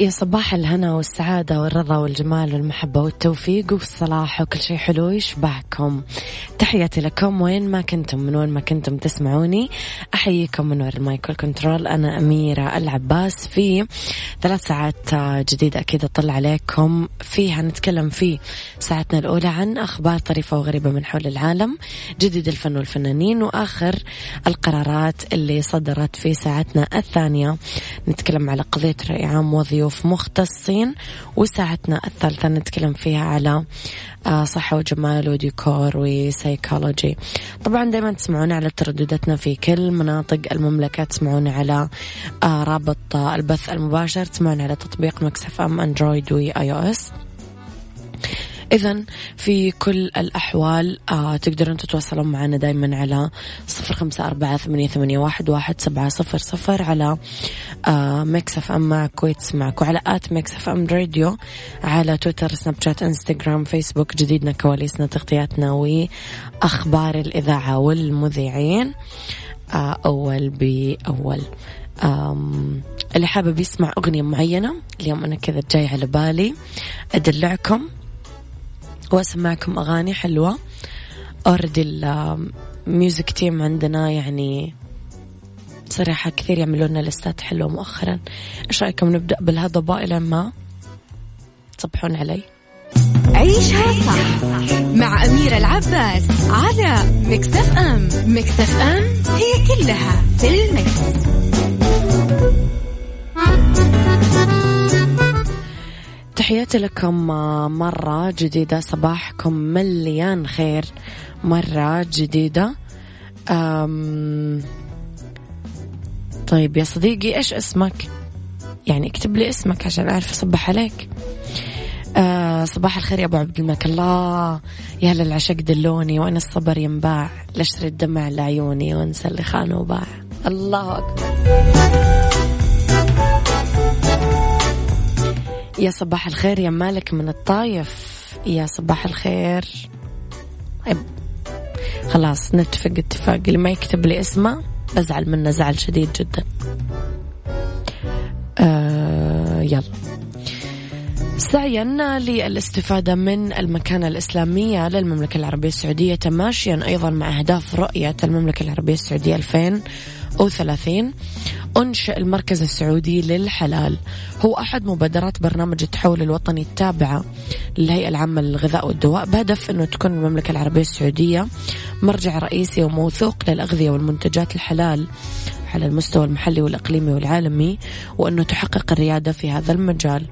يا صباح الهنا والسعادة والرضا والجمال والمحبة والتوفيق والصلاح وكل شيء حلو يشبعكم. تحياتي لكم وين ما كنتم، من وين ما كنتم تسمعوني. أحييكم من وراء المايك والكنترول. أنا أميرة العباس في 3 ساعات جديدة أكيد أطلع عليكم فيها. نتكلم في ساعتنا الأولى عن أخبار طريفة وغريبة من حول العالم، جديد الفن والفنانين، وآخر القرارات اللي صدرت في ساعتنا الثانية. نتكلم على قضية رأي عام وضيوف مختصين، وساعتنا الثالثة نتكلم فيها على صحة وجمال وديكور وسايكولوجي. طبعا دايما تسمعونا على تردداتنا في كل مناطق المملكة، تسمعونا على رابط البث المباشر، تسمعونا على تطبيق ميكس اف ام اندرويد واي او اس. إذن في كل الأحوال تقدرون تتواصلون معنا دايما على 0548811700 على ميكس اف ام معك ويتسمعك، وعلى ميكس اف ام راديو على تويتر، سناب شات، انستغرام، فيسبوك. جديدنا، كواليسنا، تغطياتنا وأخبار الإذاعة والمذيعين أول بأول. اللي حابب يسمع أغنية معينة اليوم أنا كذا جاي على بالي أدلعكم وأسمعكم أغاني حلوة. أوردي الميوزك تيم عندنا يعني صراحة كثير يعملون لنا لستات حلوة مؤخرا. إيش رأيكم نبدأ بالهضبة إلى ما تصبحون علي؟ عيشها صح مع أميرة العباس على ميكس اف ام. ميكس اف ام هي كلها في الميكس. تحياتي لكم مرة جديدة، صباحكم مليان خير مرة جديدة. طيب يا صديقي، إيش اسمك؟ يعني اكتب لي اسمك عشان أعرف أصبح عليك. صباح الخير يا أبو عبد الملك. الله يا هلا العشق دلوني، وأنا الصبر ينباع، لأشتري الدمع لعيوني وانسى اللي خان وباع. الله أكبر. يا صباح الخير يا مالك من الطايف. يا صباح الخير. خلاص نتفق اتفاق، اللي ما يكتب لي اسمه بزعل منه زعل شديد جدا. يلا. سعيا للاستفادة من المكانة الإسلامية للمملكة العربية السعودية، تماشيا أيضا مع أهداف رؤية المملكة العربية السعودية 2030، أنشئ المركز السعودي للحلال. هو أحد مبادرات برنامج التحول الوطني التابعة للهيئة العامة للغذاء والدواء، بهدف أنه تكون المملكة العربية السعودية مرجع رئيسي وموثوق للأغذية والمنتجات الحلال على المستوى المحلي والإقليمي والعالمي، وأنه تحقق الريادة في هذا المجال.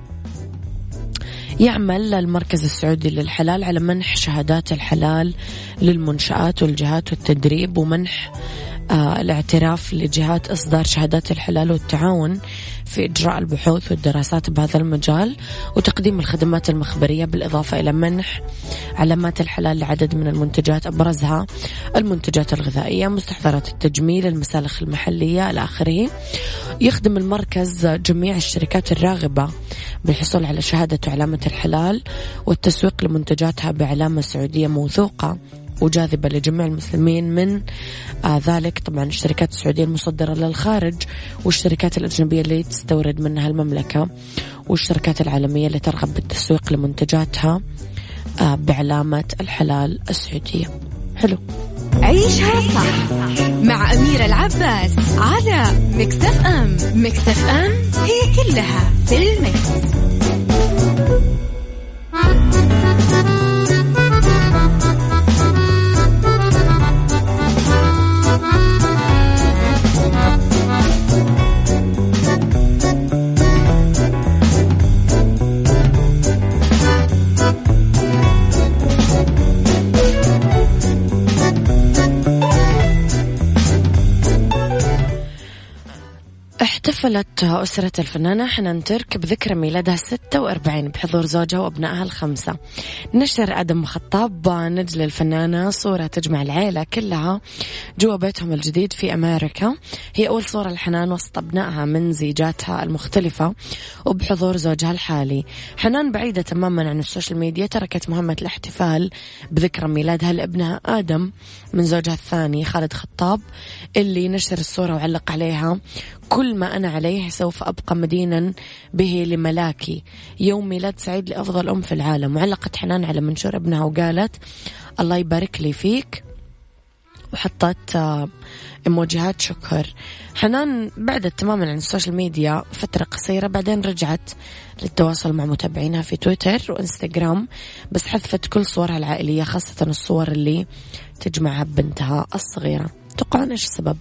يعمل المركز السعودي للحلال على منح شهادات الحلال للمنشآت والجهات والتدريب، ومنح الاعتراف لجهات إصدار شهادات الحلال، والتعاون في إجراء البحوث والدراسات بهذا المجال، وتقديم الخدمات المخبرية، بالإضافة إلى منح علامات الحلال لعدد من المنتجات، أبرزها المنتجات الغذائية، مستحضرات التجميل، المسالخ المحلية إلى آخره. يخدم المركز جميع الشركات الراغبة بالحصول على شهادة وعلامة الحلال والتسويق لمنتجاتها بعلامة سعودية موثوقة وجاذبة لجميع المسلمين، من ذلك طبعا الشركات السعودية المصدرة للخارج، والشركات الأجنبية اللي تستورد منها المملكة، والشركات العالمية اللي ترغب بالتسويق لمنتجاتها بعلامة الحلال السعودية. حلو. عيشها صح مع أميرة العباس على ميكس اف ام. ميكس اف ام هي كلها في الميكس. احتفلت أسرة الفنانة حنان ترك بذكرى ميلادها 46 بحضور زوجها وأبنائها الخمسة. نشر آدم خطاب نجل الفنانة صورة تجمع العائلة كلها جوا بيتهم الجديد في أمريكا. هي أول صورة لحنان وسط أبنائها من زيجاتها المختلفة وبحضور زوجها الحالي. حنان بعيدة تماما عن السوشيال ميديا، تركت مهمة الاحتفال بذكرى ميلادها لابنها آدم من زوجها الثاني خالد خطاب، اللي نشر الصورة وعلق عليها: كل ما أنا وأنا عليه سوف أبقى مدينا به لملاكي، يوم ميلاد سعيد لأفضل أم في العالم. وعلقت حنان على منشور ابنها وقالت الله يبارك لي فيك، وحطت إيموجيهات شكر. حنان بعدت تماما عن السوشيال ميديا فترة قصيرة، بعدين رجعت للتواصل مع متابعينها في تويتر وإنستغرام، بس حذفت كل صورها العائلية، خاصة الصور اللي تجمعها ببنتها الصغيرة. توقعون إيش السبب؟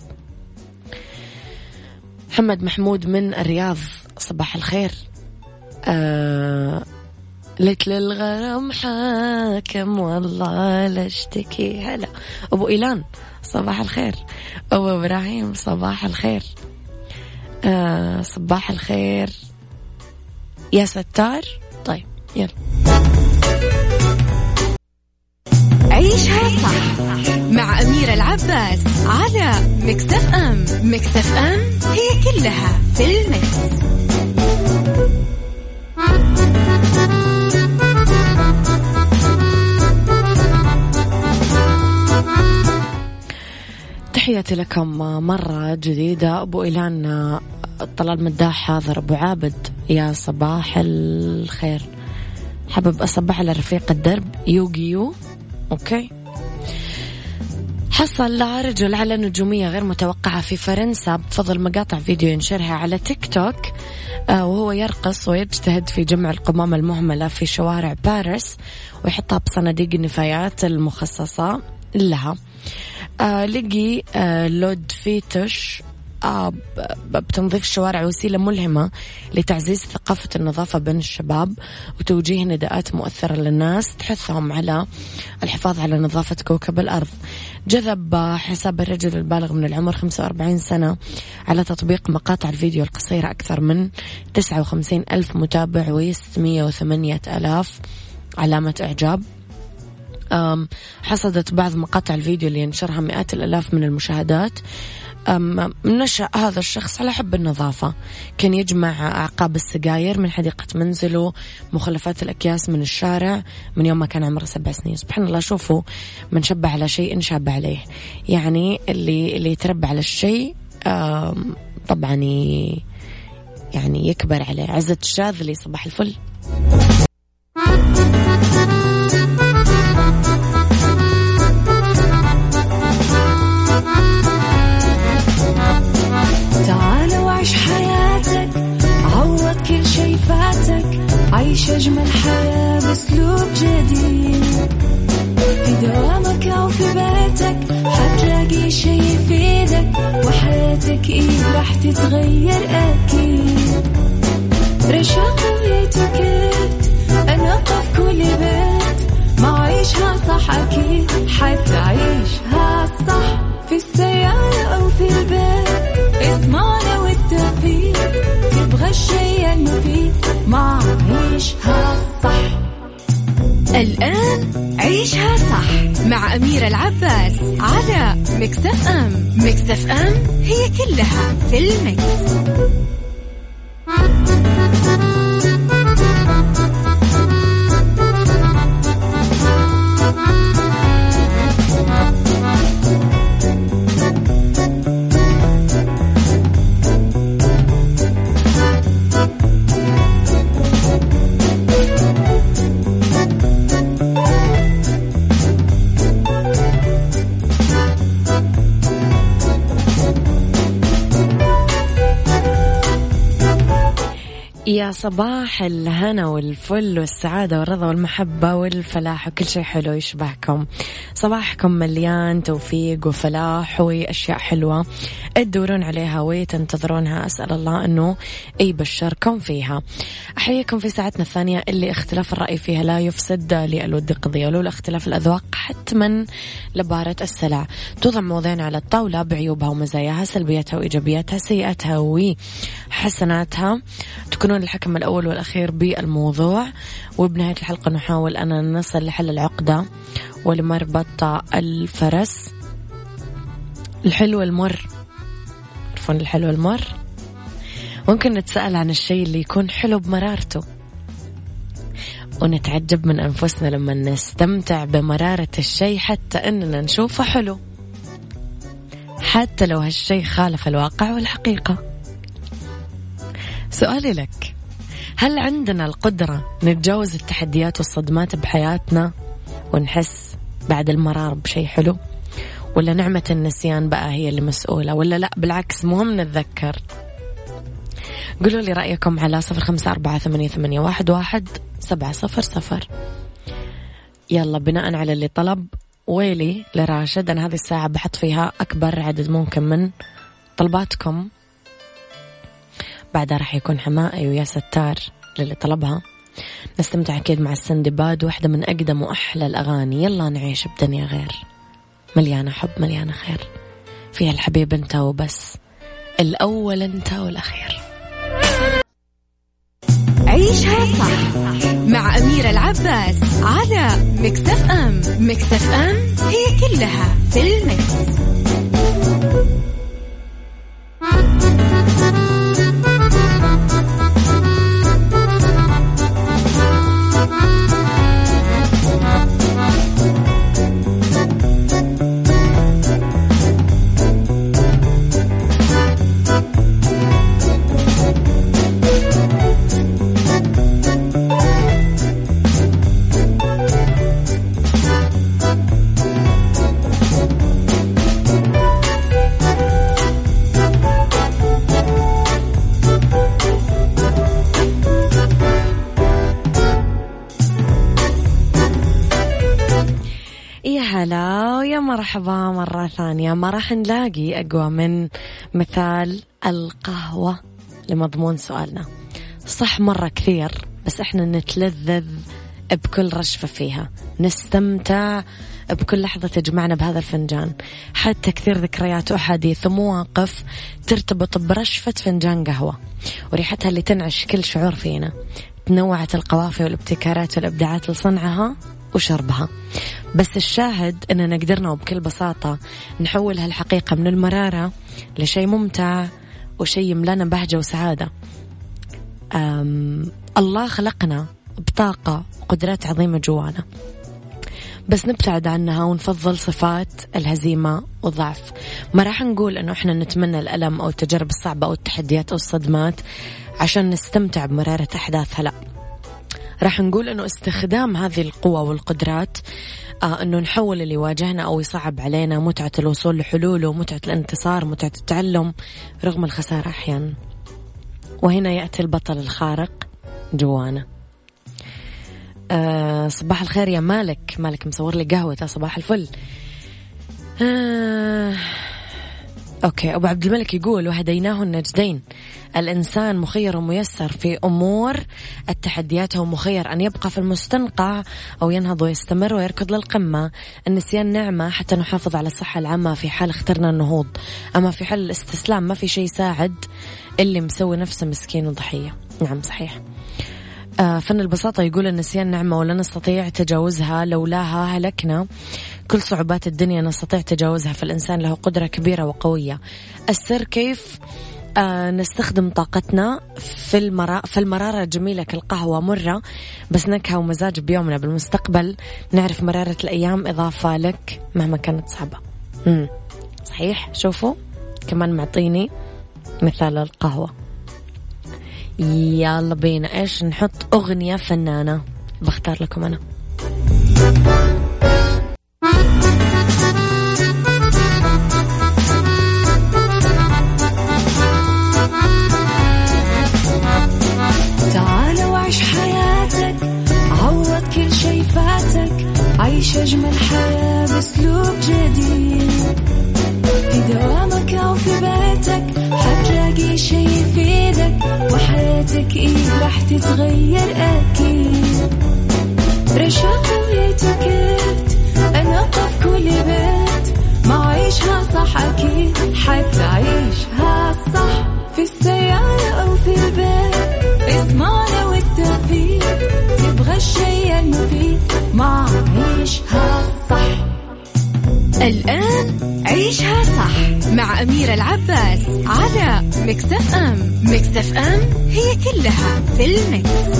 محمد محمود من الرياض، صباح الخير. لك للغرام حاكم والله لا اشتكي. هلا أبو إيلان صباح الخير. أبو إبراهيم صباح الخير. صباح الخير يا ستار. طيب يلا عيشها صح مع أميرة العباس على ميكس اف ام. ميكس اف ام هي كلها في الميكس. تحياتي لكم مرة جديدة. أبو إيلان طلال مداح حاضر. أبو عابد يا صباح الخير، حابب أصبح على رفيق الدرب يوغيو. أوكي. حصل رجل على نجومية غير متوقعة في فرنسا بفضل مقاطع فيديو ينشرها على تيك توك وهو يرقص ويجتهد في جمع القمامة المهملة في شوارع باريس ويحطها بصناديق النفايات المخصصة لها. لقي لود فيتوش بتنظيف الشوارع وسيلة ملهمة لتعزيز ثقافة النظافة بين الشباب وتوجيه نداءات مؤثرة للناس تحثهم على الحفاظ على نظافة كوكب الأرض. جذب حساب الرجل البالغ من العمر 45 سنة على تطبيق مقاطع الفيديو القصيرة أكثر من 59,000 متابع و608,000 علامة إعجاب. حصدت بعض مقاطع الفيديو اللي ينشرها مئات الآلاف من المشاهدات. نشأ هذا الشخص على حب النظافة، كان يجمع أعقاب السجاير من حديقة منزله، مخلفات الأكياس من الشارع من يوم ما كان عمره 7 سنين. سبحان الله، شوفوا من شبه على شيء انشاب عليه. يعني اللي يتربى على الشيء طبعا يعني يكبر عليه. عزة الشاذلي صباح الفل. عيش أجمل حياة بأسلوب جديد، في دوامك أو في بيتك حتلاقي شي يفيدك، وحياتك إيه راح تتغير أكيد. رشاق ويتوكيت أنا قف كل بيت، ما عيشها صح أكيد حتعيشها صح، في السيارة أو في البيت اسمعنا والتوفيق، تبغى الشيء المفيد ما عيشها صح. الآن عيشها صح مع أميرة العباس على ميكس اف ام. ميكس اف ام هي كلها في الميكس. يا صباح الهنا والفل والسعادة والرضا والمحبة والفلاح وكل شيء حلو يشبهكم. صباحكم مليان توفيق وفلاح وأشياء حلوة تدورون عليها وتنتظرونها. أسأل الله أنه يبشركم فيها. أحييكم في ساعتنا الثانية اللي اختلاف الرأي فيها لا يفسد للود قضية، ولولا اختلاف الأذواق حتما لبارة السلع. توضع مواضيعنا على الطاولة بعيوبها ومزاياها، سلبياتها وإيجابياتها، سيئاتها وحسناتها، تكونون الحكم الأول والأخير بالموضوع. وبنهاية الحلقة نحاول أن نصل لحل العقدة ولمربط الفرس. الحلو المر، عرفون الحلو المر؟ ممكن نتسأل عن الشيء اللي يكون حلو بمرارته، ونتعجب من أنفسنا لما نستمتع بمرارة الشيء حتى أننا نشوفه حلو، حتى لو هالشيء خالف الواقع والحقيقة. سؤالي لك، هل عندنا القدرة نتجاوز التحديات والصدمات بحياتنا ونحس بعد المرار بشيء حلو، ولا نعمة النسيان بقى هي اللي مسؤولة، ولا لا بالعكس مهم نتذكر؟ قولوا لي رأيكم على 0548811700. يلا بناء على اللي طلب ويلي لراشد، أنا هذه الساعة بحط فيها أكبر عدد ممكن من طلباتكم، بعدها راح يكون حمائي ويا ستار للي طلبها. نستمتع أكيد مع السندباد، واحدة من أقدم وأحلى الأغاني. يلا نعيش بدنيا غير، مليانة حب مليانة خير، فيها الحبيب انت وبس، الأول انت والأخير. عيشها صح مع أميرة العباس على ميكس اف ام. ميكس اف ام هي كلها في الميكس. مرحبا مرة ثانية. ما راح نلاقي أقوى من مثال القهوة لمضمون سؤالنا. صح مرة كثير، بس احنا نتلذذ بكل رشفة فيها، نستمتع بكل لحظة تجمعنا بهذا الفنجان، حتى كثير ذكريات وأحاديث ومواقف ترتبط برشفة فنجان قهوة وريحتها اللي تنعش كل شعور فينا. تنوعت القوافي والابتكارات والإبداعات لصنعها وشربها، بس الشاهد أننا قدرنا وبكل بساطة نحول هالحقيقة من المرارة لشيء ممتع وشيء يملانا بهجة وسعادة. الله خلقنا بطاقة وقدرات عظيمة جوانا، بس نبتعد عنها ونفضل صفات الهزيمة والضعف. ما راح نقول أنه إحنا نتمنى الألم أو التجارب الصعبة أو التحديات أو الصدمات عشان نستمتع بمرارة أحداثها، لا، راح نقول أنه استخدام هذه القوة والقدرات أنه نحول اللي يواجهنا أو يصعب علينا متعة الوصول لحلوله، متعة الانتصار، متعة التعلم رغم الخسارة أحيانا. وهنا يأتي البطل الخارق جوانا. صباح الخير يا مالك. مالك مصور لي قهوة، صباح الفل. أوكي، أبو عبد الملك يقول وهديناه النجدين، الإنسان مخير وميسر في أمور التحديات، هو مخير أن يبقى في المستنقع أو ينهض ويستمر ويركض للقمة. النسيان نعمة حتى نحافظ على الصحة العامة في حال اخترنا النهوض، أما في حال الاستسلام ما في شيء يساعد اللي مسوي نفسه مسكين وضحية. نعم صحيح. فن البساطة يقول النسيان نعمة ولا نستطيع تجاوزها، لولاها هلكنا. كل صعوبات الدنيا نستطيع تجاوزها، فالإنسان له قدرة كبيرة وقوية. السر كيف نستخدم طاقتنا في المرارة جميلة كالقهوة مرة بس نكهة ومزاج بيومنا. بالمستقبل نعرف مرارة الأيام إضافة لك مهما كانت صعبة. صحيح. شوفوا كمان معطيني مثال القهوة. يلا بينا إيش نحط؟ أغنية فنانة بختار لكم أنا. تعال وعيش حياتك، عوض كل شي فاتك، عيش أجمل حياة بأسلوب جديد. في دوامك أو في بيتك حتلاقي شي يفيدك، وحياتك إيه راح تتغير أكيد. رشاق ويتوكيت أنا قف كل بيت، ما عيشها صح أكيد حتعيشها صح. في السيارة أو في البيت اسمعنا والتوفيق، تبغى الشي المفيد ما عيشها صح. الآن عيشها صح مع أميرة العباس على ميكس اف ام. ميكس اف ام هي كلها في الميكس.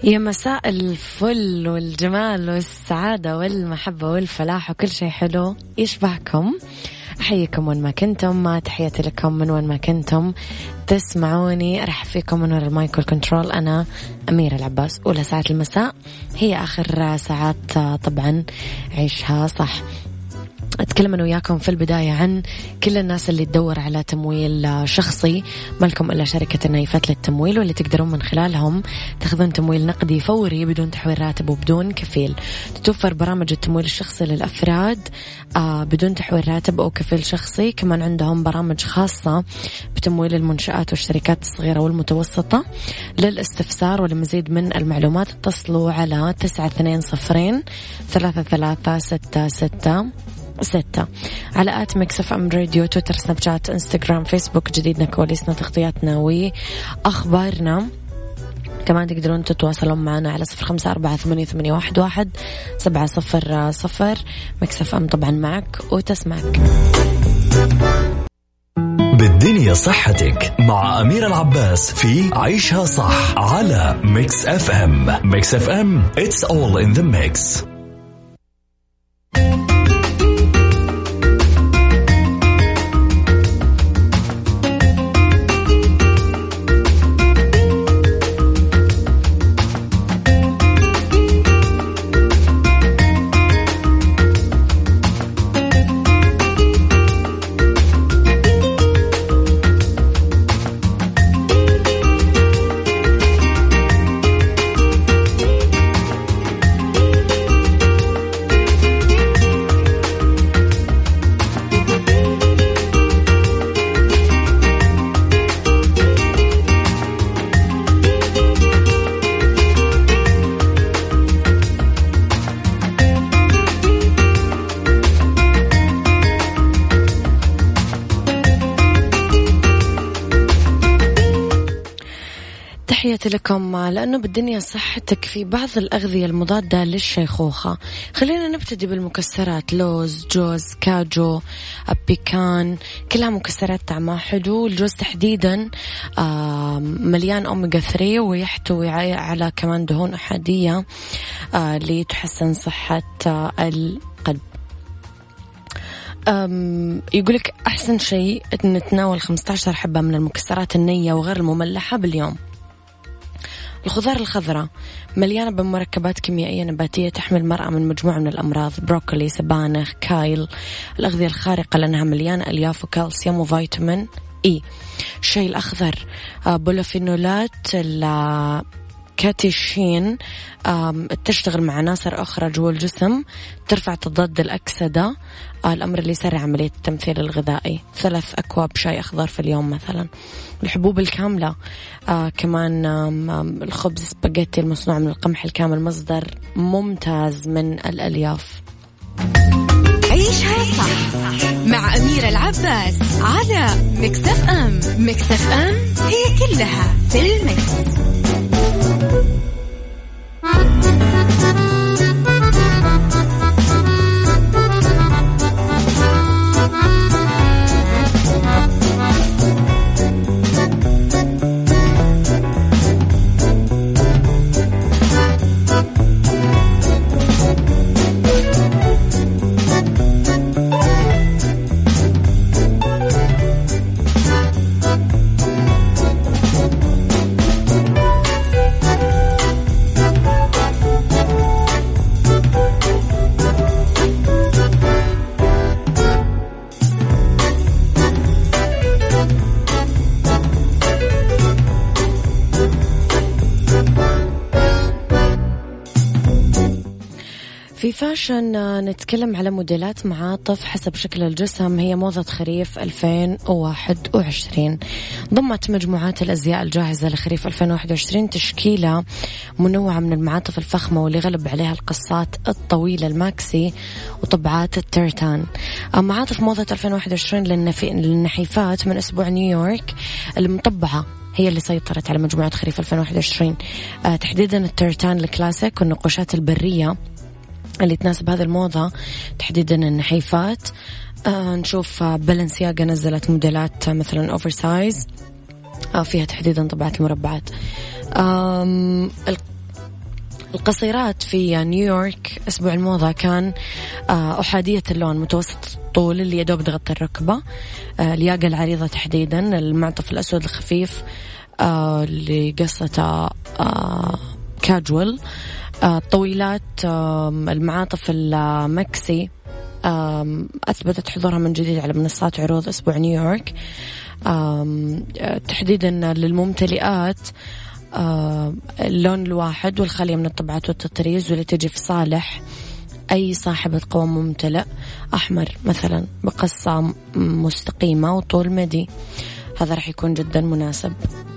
يا مساء الفل والجمال والسعادة والمحبة والفلاح وكل شيء حلو يشبهكم. أحييكم وين ما كنتم، ما تحياتي لكم من وين ما كنتم تسمعوني. أرحب فيكم من وراء المايك والكنترول. أنا أميرة العباس. أولى ساعات المساء هي آخر ساعات طبعا عيشها صح. أتكلم أنا وياكم في البداية عن كل الناس اللي تدور على تمويل شخصي، ما لكم إلا شركة النايفات للتمويل، واللي تقدرون من خلالهم تاخذون تمويل نقدي فوري بدون تحويل راتب وبدون كفيل. تتوفر برامج التمويل الشخصي للأفراد بدون تحويل راتب أو كفيل شخصي. كمان عندهم برامج خاصة بتمويل المنشآت والشركات الصغيرة والمتوسطة. للاستفسار ولمزيد من المعلومات اتصلوا على 922-33-666 على آت ميكس اف ام راديو، تويتر، سناب شات، انستغرام، فيسبوك. جديدنا، كواليسنا، تغطياتنا وأخبارنا. كمان تقدرون تتواصلون معنا على 0548811700. ميكس اف ام طبعا معك وتسمعك. بالدنيا صحتك مع أميرة العباس في عيشها صح على ميكس اف ام. ميكس اف ام it's all in the mix. تحياتي لكم. لأنه بالدنيا صحتك في بعض الأغذية المضادة للشيخوخة. خلينا نبتدي بالمكسرات. لوز، جوز، كاجو، بيكان، كلها مكسرات طعمها حلو. الجوز تحديدا مليان أوميغا 3 ويحتوي على كمان دهون أحادية لتحسن صحة القلب. يقولك أحسن شيء أن نتناول 15 حبة من المكسرات النية وغير المملحة باليوم. الخضار الخضراء مليانة بمركبات كيميائية نباتية تحمي المرأة من مجموعة من الأمراض. بروكولي، سبانخ، كايل. الأغذية الخارقة لأنها مليانة ألياف وكالسيوم وفيتامين إي. الشاي الأخضر بوليفينولات كاتيشين تشتغل مع عناصر أخرى جوا الجسم ترفع تضاد الأكسدة، الأمر اللي يسرع عملية التمثيل الغذائي. 3 أكواب شاي أخضر في اليوم مثلا. الحبوب الكاملة كمان الخبز سباجيتي المصنوع من القمح الكامل مصدر ممتاز من الألياف. عيشها صح مع أميرة العباس على ميكس اف ام. ميكس اف ام هي كلها في الميكس. في فاشن نتكلم على موديلات معاطف حسب شكل الجسم. هي موضة خريف 2021. ضمت مجموعات الأزياء الجاهزة لخريف 2021 تشكيلة منوعة من المعاطف الفخمة واللي غلب عليها القصات الطويلة الماكسي وطبعات الترتان. معاطف موضة 2021 للنحيفات من أسبوع نيويورك المطبعة هي اللي سيطرت على مجموعة خريف 2021 تحديدا الترتان الكلاسيك والنقوشات البرية اللي تناسب هذه الموضة تحديدا النحيفات. نشوف بالنسياغا نزلت موديلات مثلا اوفر سايز فيها تحديدا طبعات المربعات. القصيرات في نيويورك أسبوع الموضة كان أحادية اللون، متوسط الطول اللي يدوب تغطي الركبة، الياقة العريضة تحديدا، المعطف الأسود الخفيف اللي قصته كاجوال، الطويلات المعاطف المكسي أثبتت حضورها من جديد على منصات عروض أسبوع نيويورك، تحديدا للممتلئات اللون الواحد والخالية من الطبعات والتطريز، واللي تجي في صالح أي صاحبة قوام ممتلئ أحمر مثلا بقصة مستقيمة وطول مدي. هذا رح يكون جدا مناسب.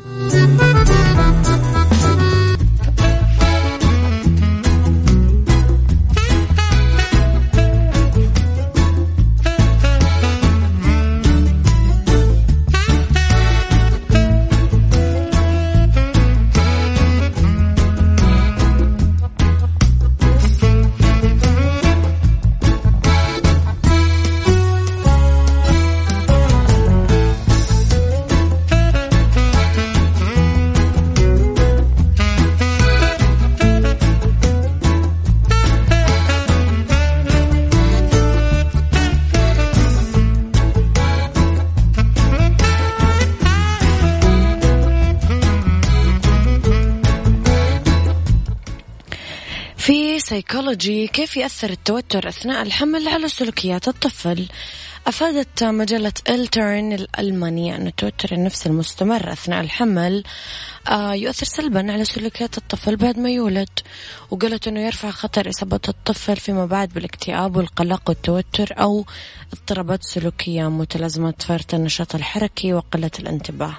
سيكولوجي، كيف يأثر التوتر أثناء الحمل على سلوكيات الطفل؟ أفادت مجلة إلترن الألمانية أن التوتر النفسي المستمر أثناء الحمل يؤثر سلبا على سلوكيات الطفل بعد ما يولد، وقالت أنه يرفع خطر إصابة الطفل فيما بعد بالاكتئاب والقلق والتوتر أو اضطرابات سلوكية متلازمة فرط النشاط الحركي وقلة الانتباه.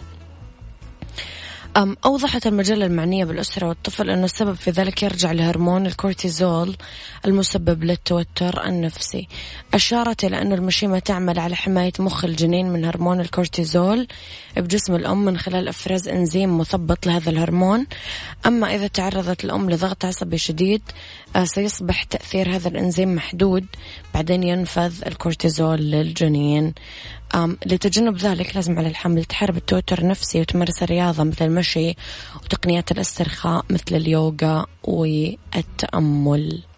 أوضحت المجلة المعنية بالأسرة والطفل أن السبب في ذلك يرجع لهرمون الكورتيزول المسبب للتوتر النفسي. أشارت إلى أن المشيمة تعمل على حماية مخ الجنين من هرمون الكورتيزول بجسم الأم من خلال إفراز إنزيم مثبط لهذا الهرمون. أما إذا تعرضت الأم لضغط عصبي شديد سيصبح تأثير هذا الإنزيم محدود، بعدين ينفذ الكورتيزول للجنين. لتجنب ذلك لازم على الحمل تحارب التوتر النفسي وتمارس الرياضة مثل المشي وتقنيات الاسترخاء مثل اليوغا والتأمل.